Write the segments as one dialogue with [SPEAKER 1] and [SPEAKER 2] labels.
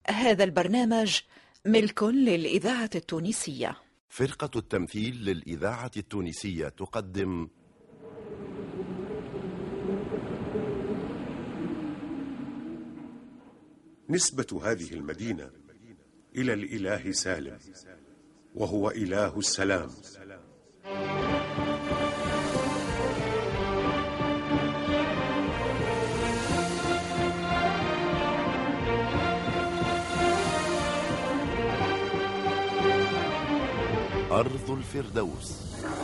[SPEAKER 1] هذا البرنامج ملك للإذاعة التونسية.
[SPEAKER 2] فرقة التمثيل للإذاعة التونسية تقدم
[SPEAKER 3] نسبة هذه المدينة إلى الإله سالم، وهو إله السلام.
[SPEAKER 2] أرض الفردوس.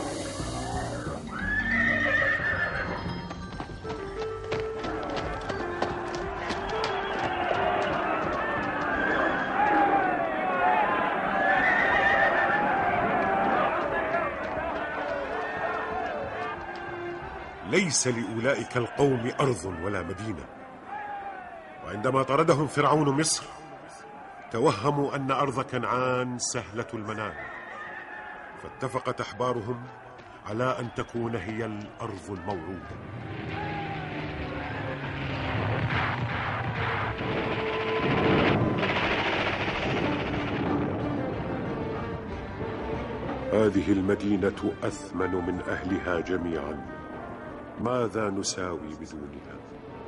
[SPEAKER 3] ليس لأولئك القوم أرض ولا مدينة، وعندما طردهم فرعون مصر توهموا أن أرض كنعان سهلة المنال، فاتفقت أحبارهم على أن تكون هي الأرض الموعودة. هذه المدينة أثمن من أهلها جميعا، ماذا نساوي بدونها؟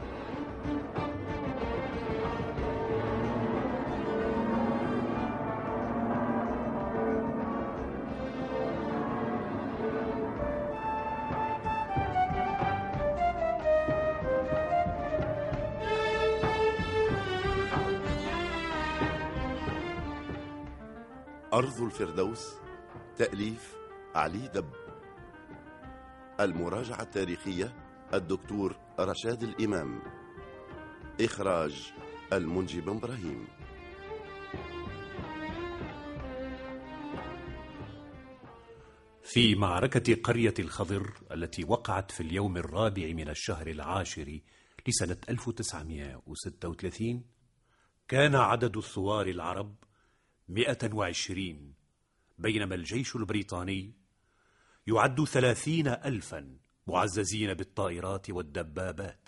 [SPEAKER 2] أرض الفردوس، تأليف علي دب. المراجعة التاريخية الدكتور رشاد الإمام. إخراج المنجي بن إبراهيم.
[SPEAKER 4] في معركة قرية الخضر التي وقعت في اليوم الرابع من الشهر العاشر لسنة 1936 كان عدد الثوار العرب 120، بينما الجيش البريطاني يعد 30,000 معززين بالطائرات والدبابات.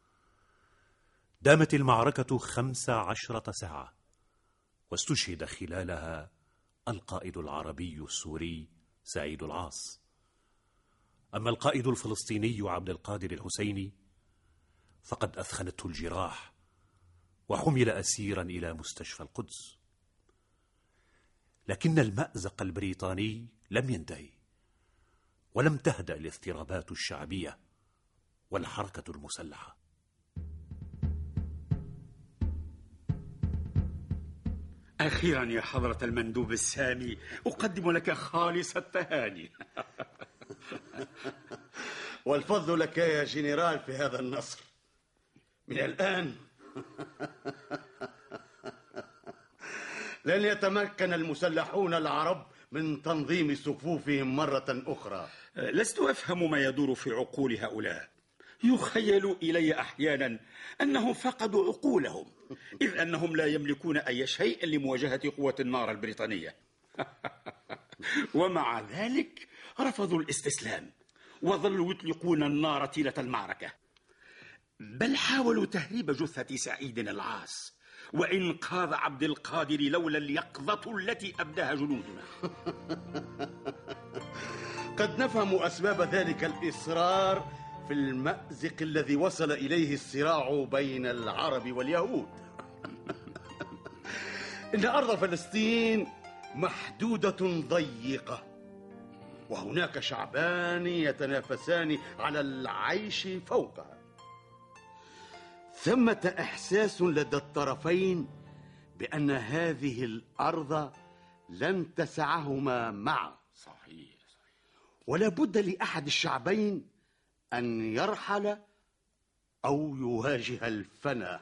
[SPEAKER 4] دامت المعركة 15 ساعة، واستشهد خلالها القائد العربي السوري سعيد العاص. أما القائد الفلسطيني عبد القادر الحسيني فقد أثخنته الجراح وحمل أسيرا إلى مستشفى القدس. لكن المأزق البريطاني لم ينتهي، ولم تهدأ الاضطرابات الشعبية والحركة المسلحة.
[SPEAKER 5] أخيرا يا حضرة المندوب السامي، أقدم لك خالص التهاني.
[SPEAKER 6] والفضل لك يا جنرال في هذا النصر. من الآن لن يتمكن المسلحون العرب من تنظيم صفوفهم مرة أخرى.
[SPEAKER 5] لست أفهم ما يدور في عقول هؤلاء. يخيل إلي أحيانا أنهم فقدوا عقولهم، إذ أنهم لا يملكون أي شيء لمواجهة قوة النار البريطانية. ومع ذلك رفضوا الاستسلام وظلوا يطلقون النار طيلة المعركة، بل حاولوا تهريب جثة سعيد العاص وإنقاذ عبد القادر لولا اليقظة التي أبداها جنودنا.
[SPEAKER 6] قد نفهم أسباب ذلك الإصرار في المأزق الذي وصل إليه الصراع بين العرب واليهود. إن أرض فلسطين محدودة ضيقة، وهناك شعبان يتنافسان على العيش فوقها. ثمة إحساس لدى الطرفين بأن هذه الأرض لن تسعهما معا.
[SPEAKER 5] صحيح.
[SPEAKER 6] ولا بد لأحد الشعبين أن يرحل أو يواجه الفنا.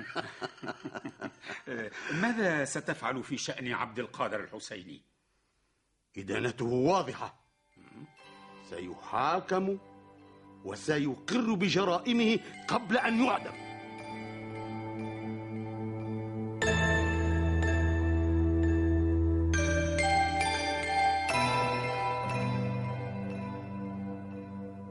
[SPEAKER 5] ماذا ستفعل في شأن عبد القادر الحسيني؟
[SPEAKER 6] إدانته واضحة، سيحاكم وسيقر بجرائمه قبل أن يعدم.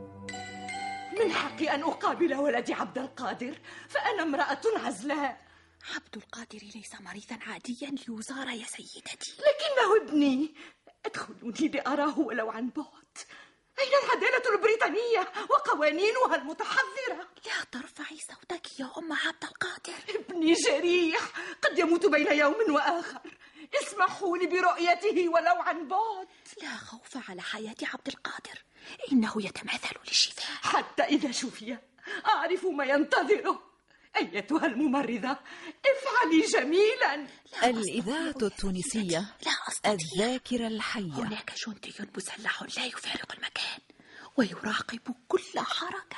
[SPEAKER 7] من حقي أن أقابل ولدي عبد القادر، فأنا امرأة عزلاء. عبد القادر ليس مريضا عاديا ليزار يا سيدتي.
[SPEAKER 8] لكنه ابني، ادخلوني لأراه ولو عن بعد. أين العدالة البريطانية وقوانينها المتحضرة؟
[SPEAKER 7] لا ترفعي صوتك يا أم عبد القادر.
[SPEAKER 8] ابني جريح، قد يموت بين يوم وآخر. اسمحوا لي برؤيته ولو عن بعد.
[SPEAKER 7] لا خوف على حياة عبد القادر، إنه يتماثل للشفاء.
[SPEAKER 8] حتى إذا شفي أعرف ما ينتظره. أيتها الممرضة، افعلي جميلا.
[SPEAKER 1] الإذاعة التونسية،
[SPEAKER 7] لا أستطيع.
[SPEAKER 1] الذاكرة الحية.
[SPEAKER 7] هناك جندي مسلح لا يفارق المكان ويراقب كل حركة.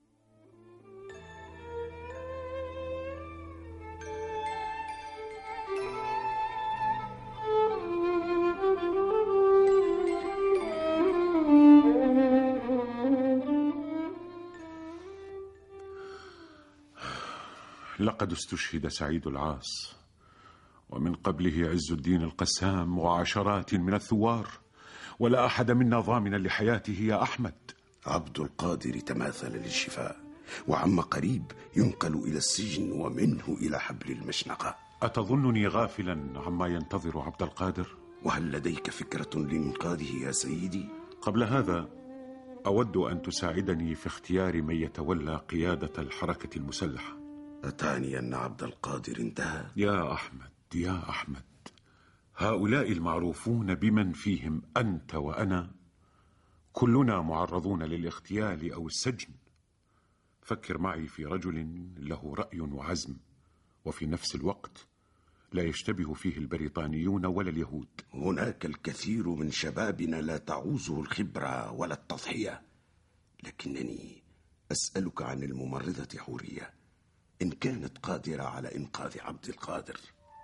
[SPEAKER 3] لقد استشهد سعيد العاص، ومن قبله عز الدين القسام وعشرات من الثوار، ولا أحد منا ضامنا لحياته يا أحمد.
[SPEAKER 2] عبد القادر تماثل للشفاء، وعم قريب ينقل إلى السجن ومنه إلى حبل المشنقة.
[SPEAKER 3] أتظنني غافلا عما ينتظر عبد القادر؟
[SPEAKER 2] وهل لديك فكرة لإنقاذه يا سيدي؟
[SPEAKER 3] قبل هذا أود أن تساعدني في اختيار من يتولى قيادة الحركة المسلحة.
[SPEAKER 2] أتعني أن عبد القادر انتهى؟
[SPEAKER 3] يا أحمد يا أحمد، هؤلاء المعروفون بمن فيهم أنت وأنا كلنا معرضون للاغتيال أو السجن. فكر معي في رجل له رأي وعزم، وفي نفس الوقت لا يشتبه فيه البريطانيون ولا اليهود.
[SPEAKER 2] هناك الكثير من شبابنا لا تعوزه الخبرة ولا التضحية، لكنني أسألك عن الممرضة حورية، إن كانت قادرة على إنقاذ عبد القادر.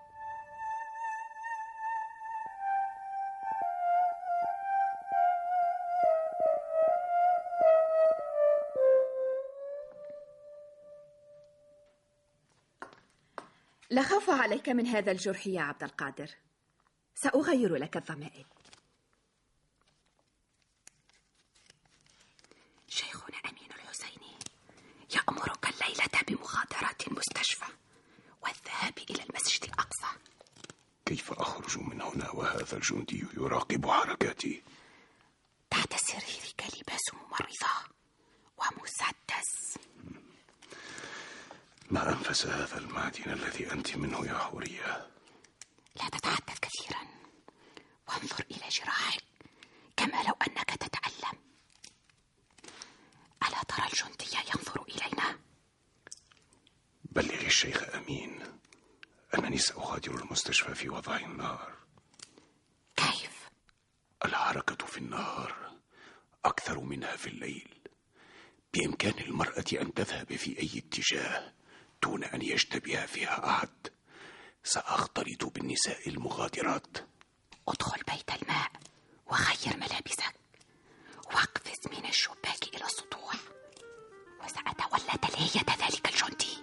[SPEAKER 7] لا خوف عليك من هذا الجرح يا عبد القادر، سأغير لك الضمائر. شيخنا أمين الحسيني يأمرك الليلة بمغادرة المستشفى والذهاب إلى المسجد الأقصى.
[SPEAKER 2] كيف أخرج من هنا وهذا الجندي يراقب حركاتي؟
[SPEAKER 7] تحت سريرك لباس ممرضة ومسدس.
[SPEAKER 2] ما أنفس هذا المعدن الذي أنت منه يا حورية.
[SPEAKER 7] لا تتحدث كثيرا وانظر إلى جراحك كما لو أنك تتألم. ألا ترى الجندي ينظر إلينا؟
[SPEAKER 2] بلغ الشيخ أمين أنني سأغادر المستشفى في وضع النهار.
[SPEAKER 7] كيف؟
[SPEAKER 2] الحركة في النهار أكثر منها في الليل. بإمكان المرأة أن تذهب في أي اتجاه دون أن يشتبه فيها أحد. سأختلط بالنساء المغادرات.
[SPEAKER 7] ادخل بيت الماء وغير ملابسك واقفز من الشباك إلى السطوح، وسأتولى تلهية ذلك الجندي.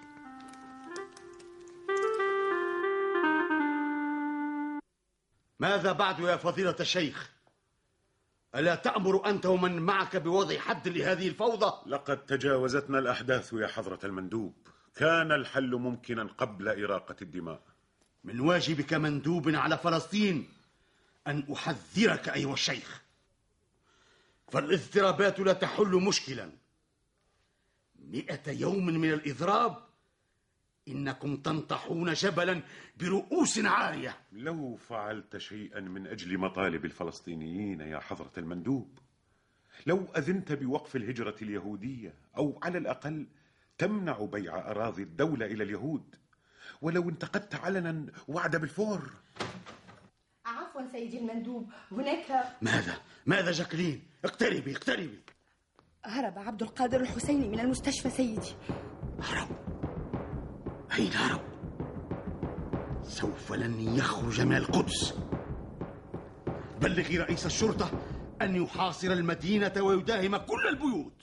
[SPEAKER 6] ماذا بعد يا فضيلة الشيخ؟ ألا تأمر أنت ومن معك بوضع حد لهذه الفوضى؟
[SPEAKER 3] لقد تجاوزتنا الأحداث يا حضرة المندوب. كان الحل ممكنا قبل إراقة الدماء.
[SPEAKER 6] من واجبك مندوب على فلسطين أن أحذرك أيها الشيخ، فالاضطرابات لا تحل مشكلا. 100 يوم من الإضراب إنكم تنطحون جبلا برؤوس عارية.
[SPEAKER 3] لو فعلت شيئا من أجل مطالب الفلسطينيين يا حضرة المندوب، لو أذنت بوقف الهجرة اليهودية، أو على الأقل تمنع بيع أراضي الدولة إلى اليهود، ولو انتقدت علنا وعد بالفور.
[SPEAKER 8] عفوا سيدي المندوب، هناك
[SPEAKER 6] ماذا جاكلين؟ اقتربي.
[SPEAKER 8] هرب عبد القادر الحسيني من المستشفى سيدي.
[SPEAKER 6] هرب؟ أين هرب؟ سوف لن يخرج من القدس. بلغي رئيس الشرطة أن يحاصر المدينة ويداهم كل البيوت.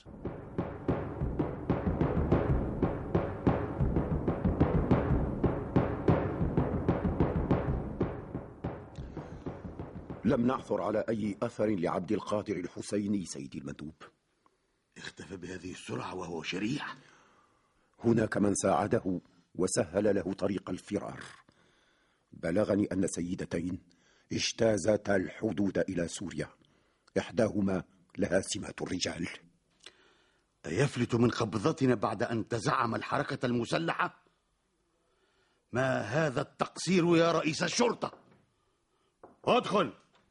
[SPEAKER 9] لم نعثر على أي أثر لعبد القادر الحسيني سيدي المندوب.
[SPEAKER 6] اختفى بهذه السرعة وهو شريح.
[SPEAKER 9] هناك من ساعده وسهل له طريق الفرار. بلغني أن سيدتين اجتازتا الحدود إلى سوريا، إحداهما لها سمات الرجال.
[SPEAKER 6] يفلت من قبضتنا بعد أن تزعم الحركة المسلحة؟ ما هذا التقصير يا رئيس الشرطة؟ ادخل.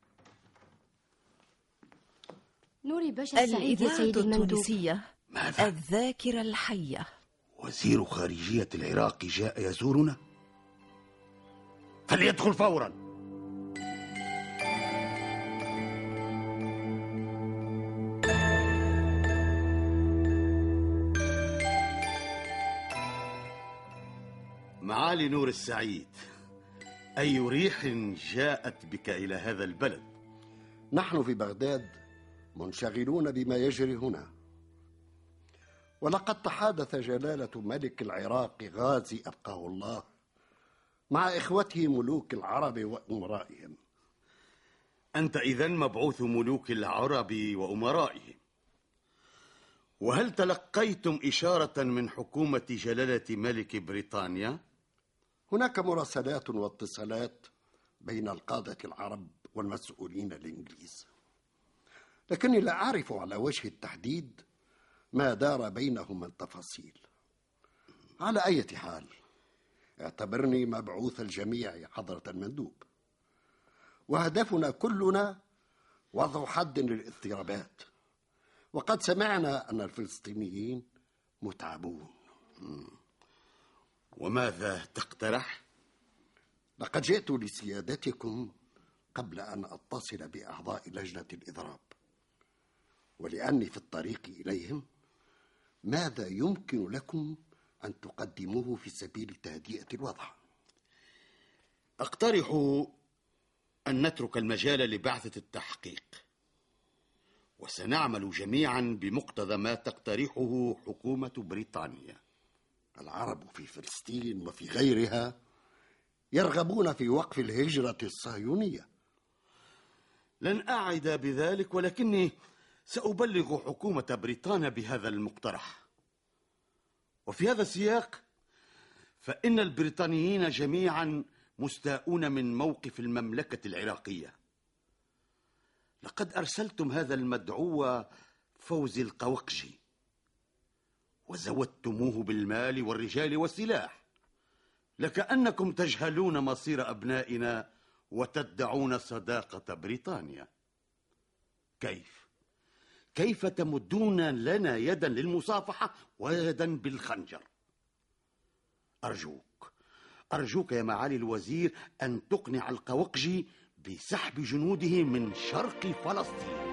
[SPEAKER 10] نوري باشا السعيد يا سيدي المندوب.
[SPEAKER 1] التونسية.
[SPEAKER 6] ماذا؟
[SPEAKER 1] الذاكرة الحية.
[SPEAKER 6] وزير خارجية العراق جاء يزورنا؟ فليدخل فورا. معالي نور السعيد، أي ريح جاءت بك إلى هذا البلد؟
[SPEAKER 11] نحن في بغداد منشغلون بما يجري هنا، ولقد تحادث جلالة ملك العراق غازي أبقاه الله مع إخوته ملوك العرب وأمرائهم.
[SPEAKER 6] أنت إذن مبعوث ملوك العرب وأمرائهم. وهل تلقيتم إشارة من حكومة جلالة ملك بريطانيا؟
[SPEAKER 11] هناك مراسلات واتصالات بين القادة العرب والمسؤولين الإنجليز، لكني لا أعرف على وجه التحديد ما دار بينهم من تفاصيل. على أي حال، اعتبرني مبعوث الجميع يا حضرة المندوب، وهدفنا كلنا وضع حد للاضطرابات، وقد سمعنا أن الفلسطينيين متعبون.
[SPEAKER 6] وماذا تقترح؟
[SPEAKER 11] لقد جئت لسيادتكم قبل أن أتصل بأعضاء لجنة الإضراب، ولأني في الطريق إليهم، ماذا يمكن لكم أن تقدموه في سبيل تهدئة الوضع؟
[SPEAKER 6] أقترح أن نترك المجال لبعثة التحقيق، وسنعمل جميعا بمقتضى ما تقترحه حكومة بريطانيا.
[SPEAKER 11] العرب في فلسطين وفي غيرها يرغبون في وقف الهجرة الصهيونية.
[SPEAKER 6] لن أعد بذلك، ولكني سأبلغ حكومة بريطانيا بهذا المقترح. وفي هذا السياق فإن البريطانيين جميعا مستاءون من موقف المملكة العراقية. لقد أرسلتم هذا المدعو فوزي القوقجي وزودتموه بالمال والرجال والسلاح، لكأنكم تجهلون مصير أبنائنا وتدعون صداقة بريطانيا. كيف تمدون لنا يدا للمصافحة ويدا بالخنجر؟ أرجوك يا معالي الوزير أن تقنع القوقجي بسحب جنوده من شرق فلسطين.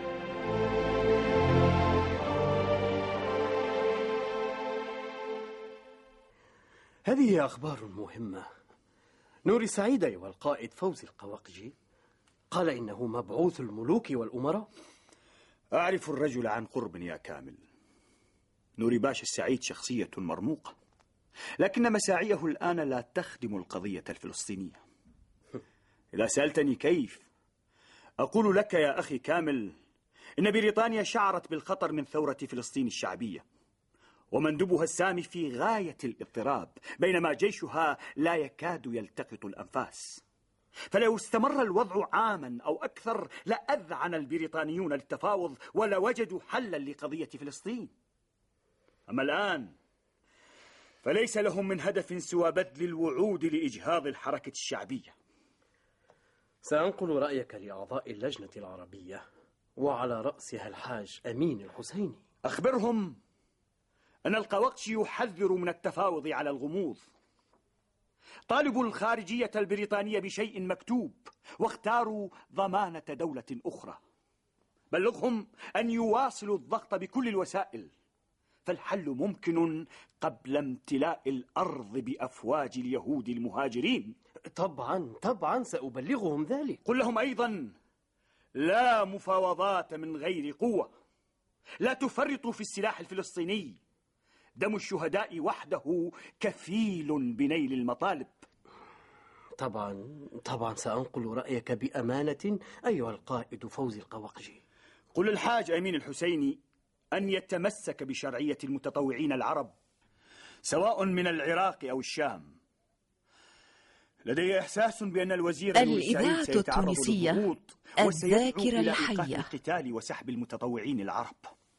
[SPEAKER 12] هذه أخبار مهمة. نوري سعيد أيها القائد فوزي القوقجي قال إنه مبعوث الملوك والأمراء.
[SPEAKER 5] أعرف الرجل عن قرب يا كامل. نوري باشا السعيد شخصية مرموقة، لكن مساعيه الآن لا تخدم القضية الفلسطينية. إذا سألتني كيف، أقول لك يا أخي كامل إن بريطانيا شعرت بالخطر من ثورة فلسطين الشعبية، ومندوبها السامي في غاية الاضطراب، بينما جيشها لا يكاد يلتقط الأنفاس. فلو استمر الوضع عاما أو أكثر لأذعن البريطانيون للتفاوض ولا وجدوا حلا لقضية فلسطين. أما الآن فليس لهم من هدف سوى بذل الوعود لإجهاض الحركة الشعبية.
[SPEAKER 12] سأنقل رأيك لأعضاء اللجنة العربية، وعلى رأسها الحاج أمين الحسيني.
[SPEAKER 5] أخبرهم أن القوقجي يحذر من التفاوض على الغموض. طالبوا الخارجية البريطانية بشيء مكتوب، واختاروا ضمانة دولة أخرى. بلغهم أن يواصلوا الضغط بكل الوسائل، فالحل ممكن قبل امتلاء الأرض بأفواج اليهود المهاجرين.
[SPEAKER 12] طبعا سأبلغهم ذلك.
[SPEAKER 5] قل لهم أيضا لا مفاوضات من غير قوة، لا تفرطوا في السلاح الفلسطيني، دم الشهداء وحده كفيل بنيل المطالب.
[SPEAKER 12] طبعا سأنقل رأيك بأمانة أيها القائد فوزي القوقجي.
[SPEAKER 5] قل للحاج أمين الحسيني أن يتمسك بشرعية المتطوعين العرب. سواء من العراق أو الشام. لدي إحساس بأن الوزير
[SPEAKER 1] الإذاعة التونسية الذاكرة الحية.
[SPEAKER 5] القتال وسحب المتطوعين العرب.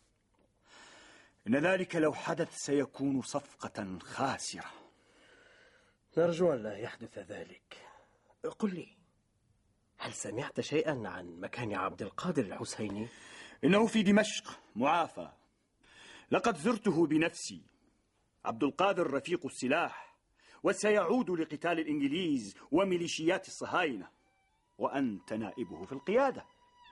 [SPEAKER 5] إن ذلك لو حدث سيكون صفقة خاسرة.
[SPEAKER 12] نرجو أن لا يحدث ذلك. قل لي، هل سمعت شيئا عن مكان عبد القادر الحسيني؟
[SPEAKER 5] إنه في دمشق معافى، لقد زرته بنفسي. عبد القادر رفيق السلاح، وسيعود لقتال الإنجليز وميليشيات الصهاينة، وأنت نائبه في القيادة.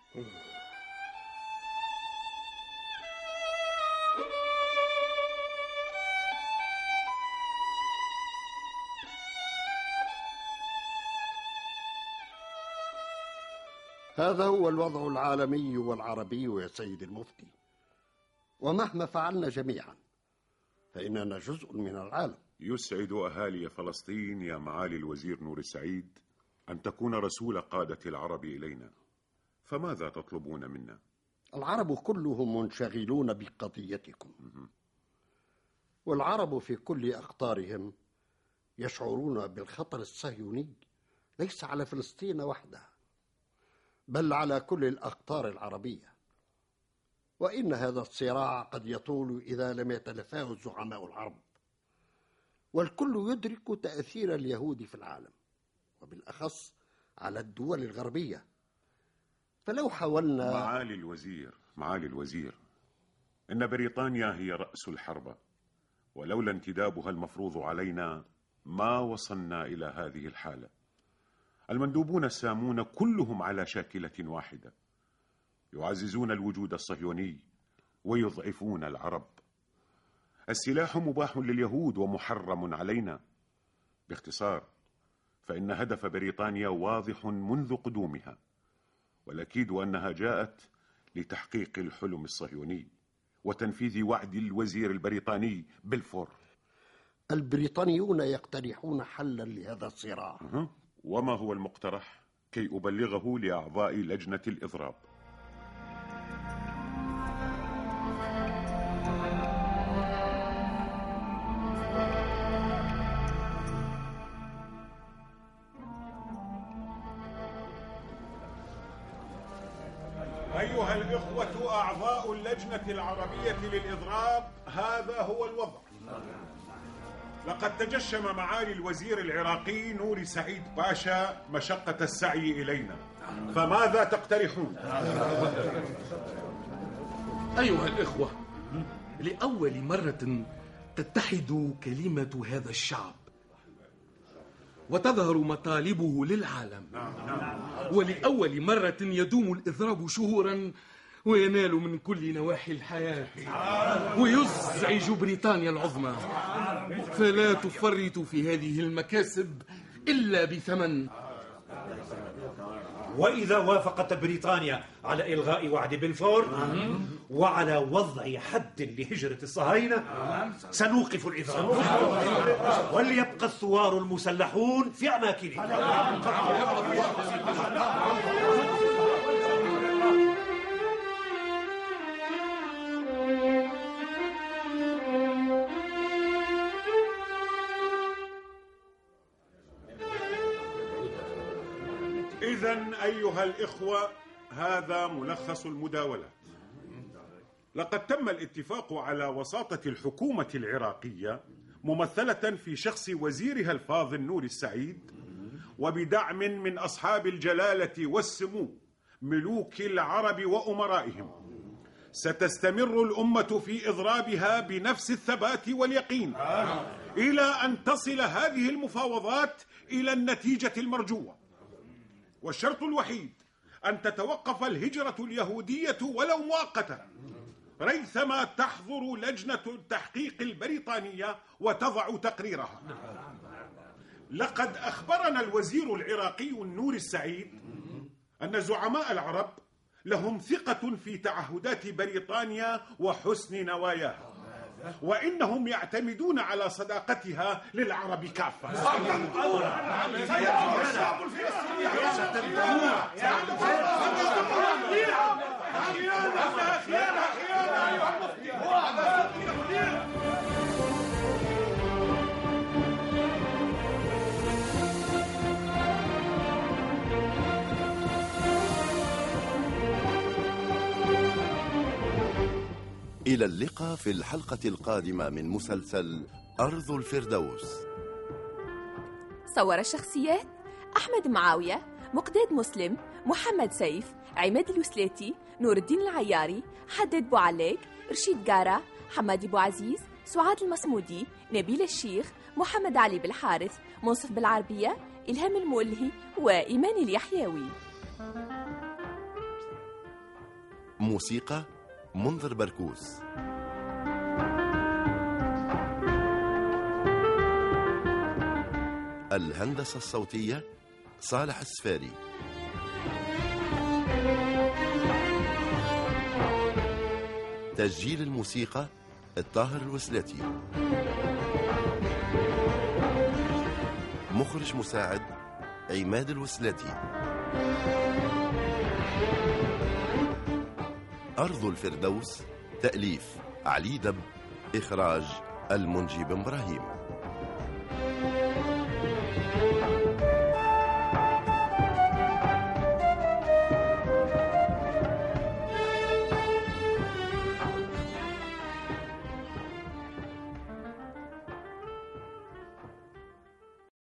[SPEAKER 11] هذا هو الوضع العالمي والعربي يا سيد المفتي، ومهما فعلنا جميعا فإننا جزء من العالم.
[SPEAKER 3] يسعد أهالي فلسطين يا معالي الوزير نور السعيد أن تكون رسول قادة العرب إلينا، فماذا تطلبون منا؟
[SPEAKER 11] العرب كلهم منشغلون بقضيتكم، والعرب في كل أقطارهم يشعرون بالخطر الصهيوني ليس على فلسطين وحدها بل على كل الأقطار العربية، وإن هذا الصراع قد يطول إذا لم يتلافاه زعماء العرب، والكل يدرك تأثير اليهود في العالم وبالأخص على الدول الغربية. فلو حاولنا
[SPEAKER 3] معالي الوزير إن بريطانيا هي رأس الحرب، ولولا انتدابها المفروض علينا ما وصلنا إلى هذه الحالة. المندوبون السامون كلهم على شاكلة واحدة، يعززون الوجود الصهيوني ويضعفون العرب. السلاح مباح لليهود ومحرم علينا. باختصار، فإن هدف بريطانيا واضح منذ قدومها، والأكيد أنها جاءت لتحقيق الحلم الصهيوني وتنفيذ وعد الوزير البريطاني بلفور.
[SPEAKER 11] البريطانيون يقترحون حلا لهذا الصراع.
[SPEAKER 3] وما هو المقترح كي أبلغه لأعضاء لجنة الإضراب؟ أيها الإخوة أعضاء اللجنة العربية للإضراب، هذا هو الوضع. لقد تجشم معالي الوزير العراقي نوري سعيد باشا مشقة السعي إلينا، فماذا تقترحون؟
[SPEAKER 13] أيها الإخوة، لأول مرة تتحد كلمة هذا الشعب وتظهر مطالبه للعالم، ولأول مرة يدوم الإضراب شهورا وينال من كل نواحي الحياة ويزعج بريطانيا العظمى، فلا تفرط في هذه المكاسب إلا بثمن.
[SPEAKER 14] وإذا وافقت بريطانيا على إلغاء وعد بلفور وعلى وضع حد لهجرة الصهاينة سنوقف الإضراب، وليبقى الثوار المسلحون في أماكنهم.
[SPEAKER 3] إذن أيها الإخوة، هذا ملخص المداولة. لقد تم الاتفاق على وساطة الحكومة العراقية ممثلة في شخص وزيرها الفاضل نور السعيد، وبدعم من أصحاب الجلالة والسمو ملوك العرب وأمرائهم. ستستمر الأمة في إضرابها بنفس الثبات واليقين إلى أن تصل هذه المفاوضات إلى النتيجة المرجوة، والشرط الوحيد أن تتوقف الهجرة اليهودية ولو مؤقتة ريثما تحضر لجنة التحقيق البريطانية وتضع تقريرها. لقد أخبرنا الوزير العراقي نور السعيد أن زعماء العرب لهم ثقة في تعهدات بريطانيا وحسن نواياها، وإنهم يعتمدون على صداقتها للعرب كافة.
[SPEAKER 15] إلى اللقاء في الحلقة القادمة من مسلسل أرض الفردوس.
[SPEAKER 16] صور الشخصيات: أحمد معاوية، مقداد مسلم، محمد سيف، عماد الوسلاتي، نور الدين العياري، حداد بوعلاق، رشيد جارة، حمادي بوعزيز، سعاد المصمودي، نبيل الشيخ، محمد علي بالحارث، منصف بالعربية، إلهام المولهي، وإيمان اليحيوي.
[SPEAKER 15] موسيقى منذر بركوس. الهندسة الصوتية صالح السفاري. تسجيل الموسيقى الطاهر الوسلاتي. مخرج مساعد عماد الوسلاتي. أرض الفردوس تأليف علي دب، إخراج المنجي بن إبراهيم.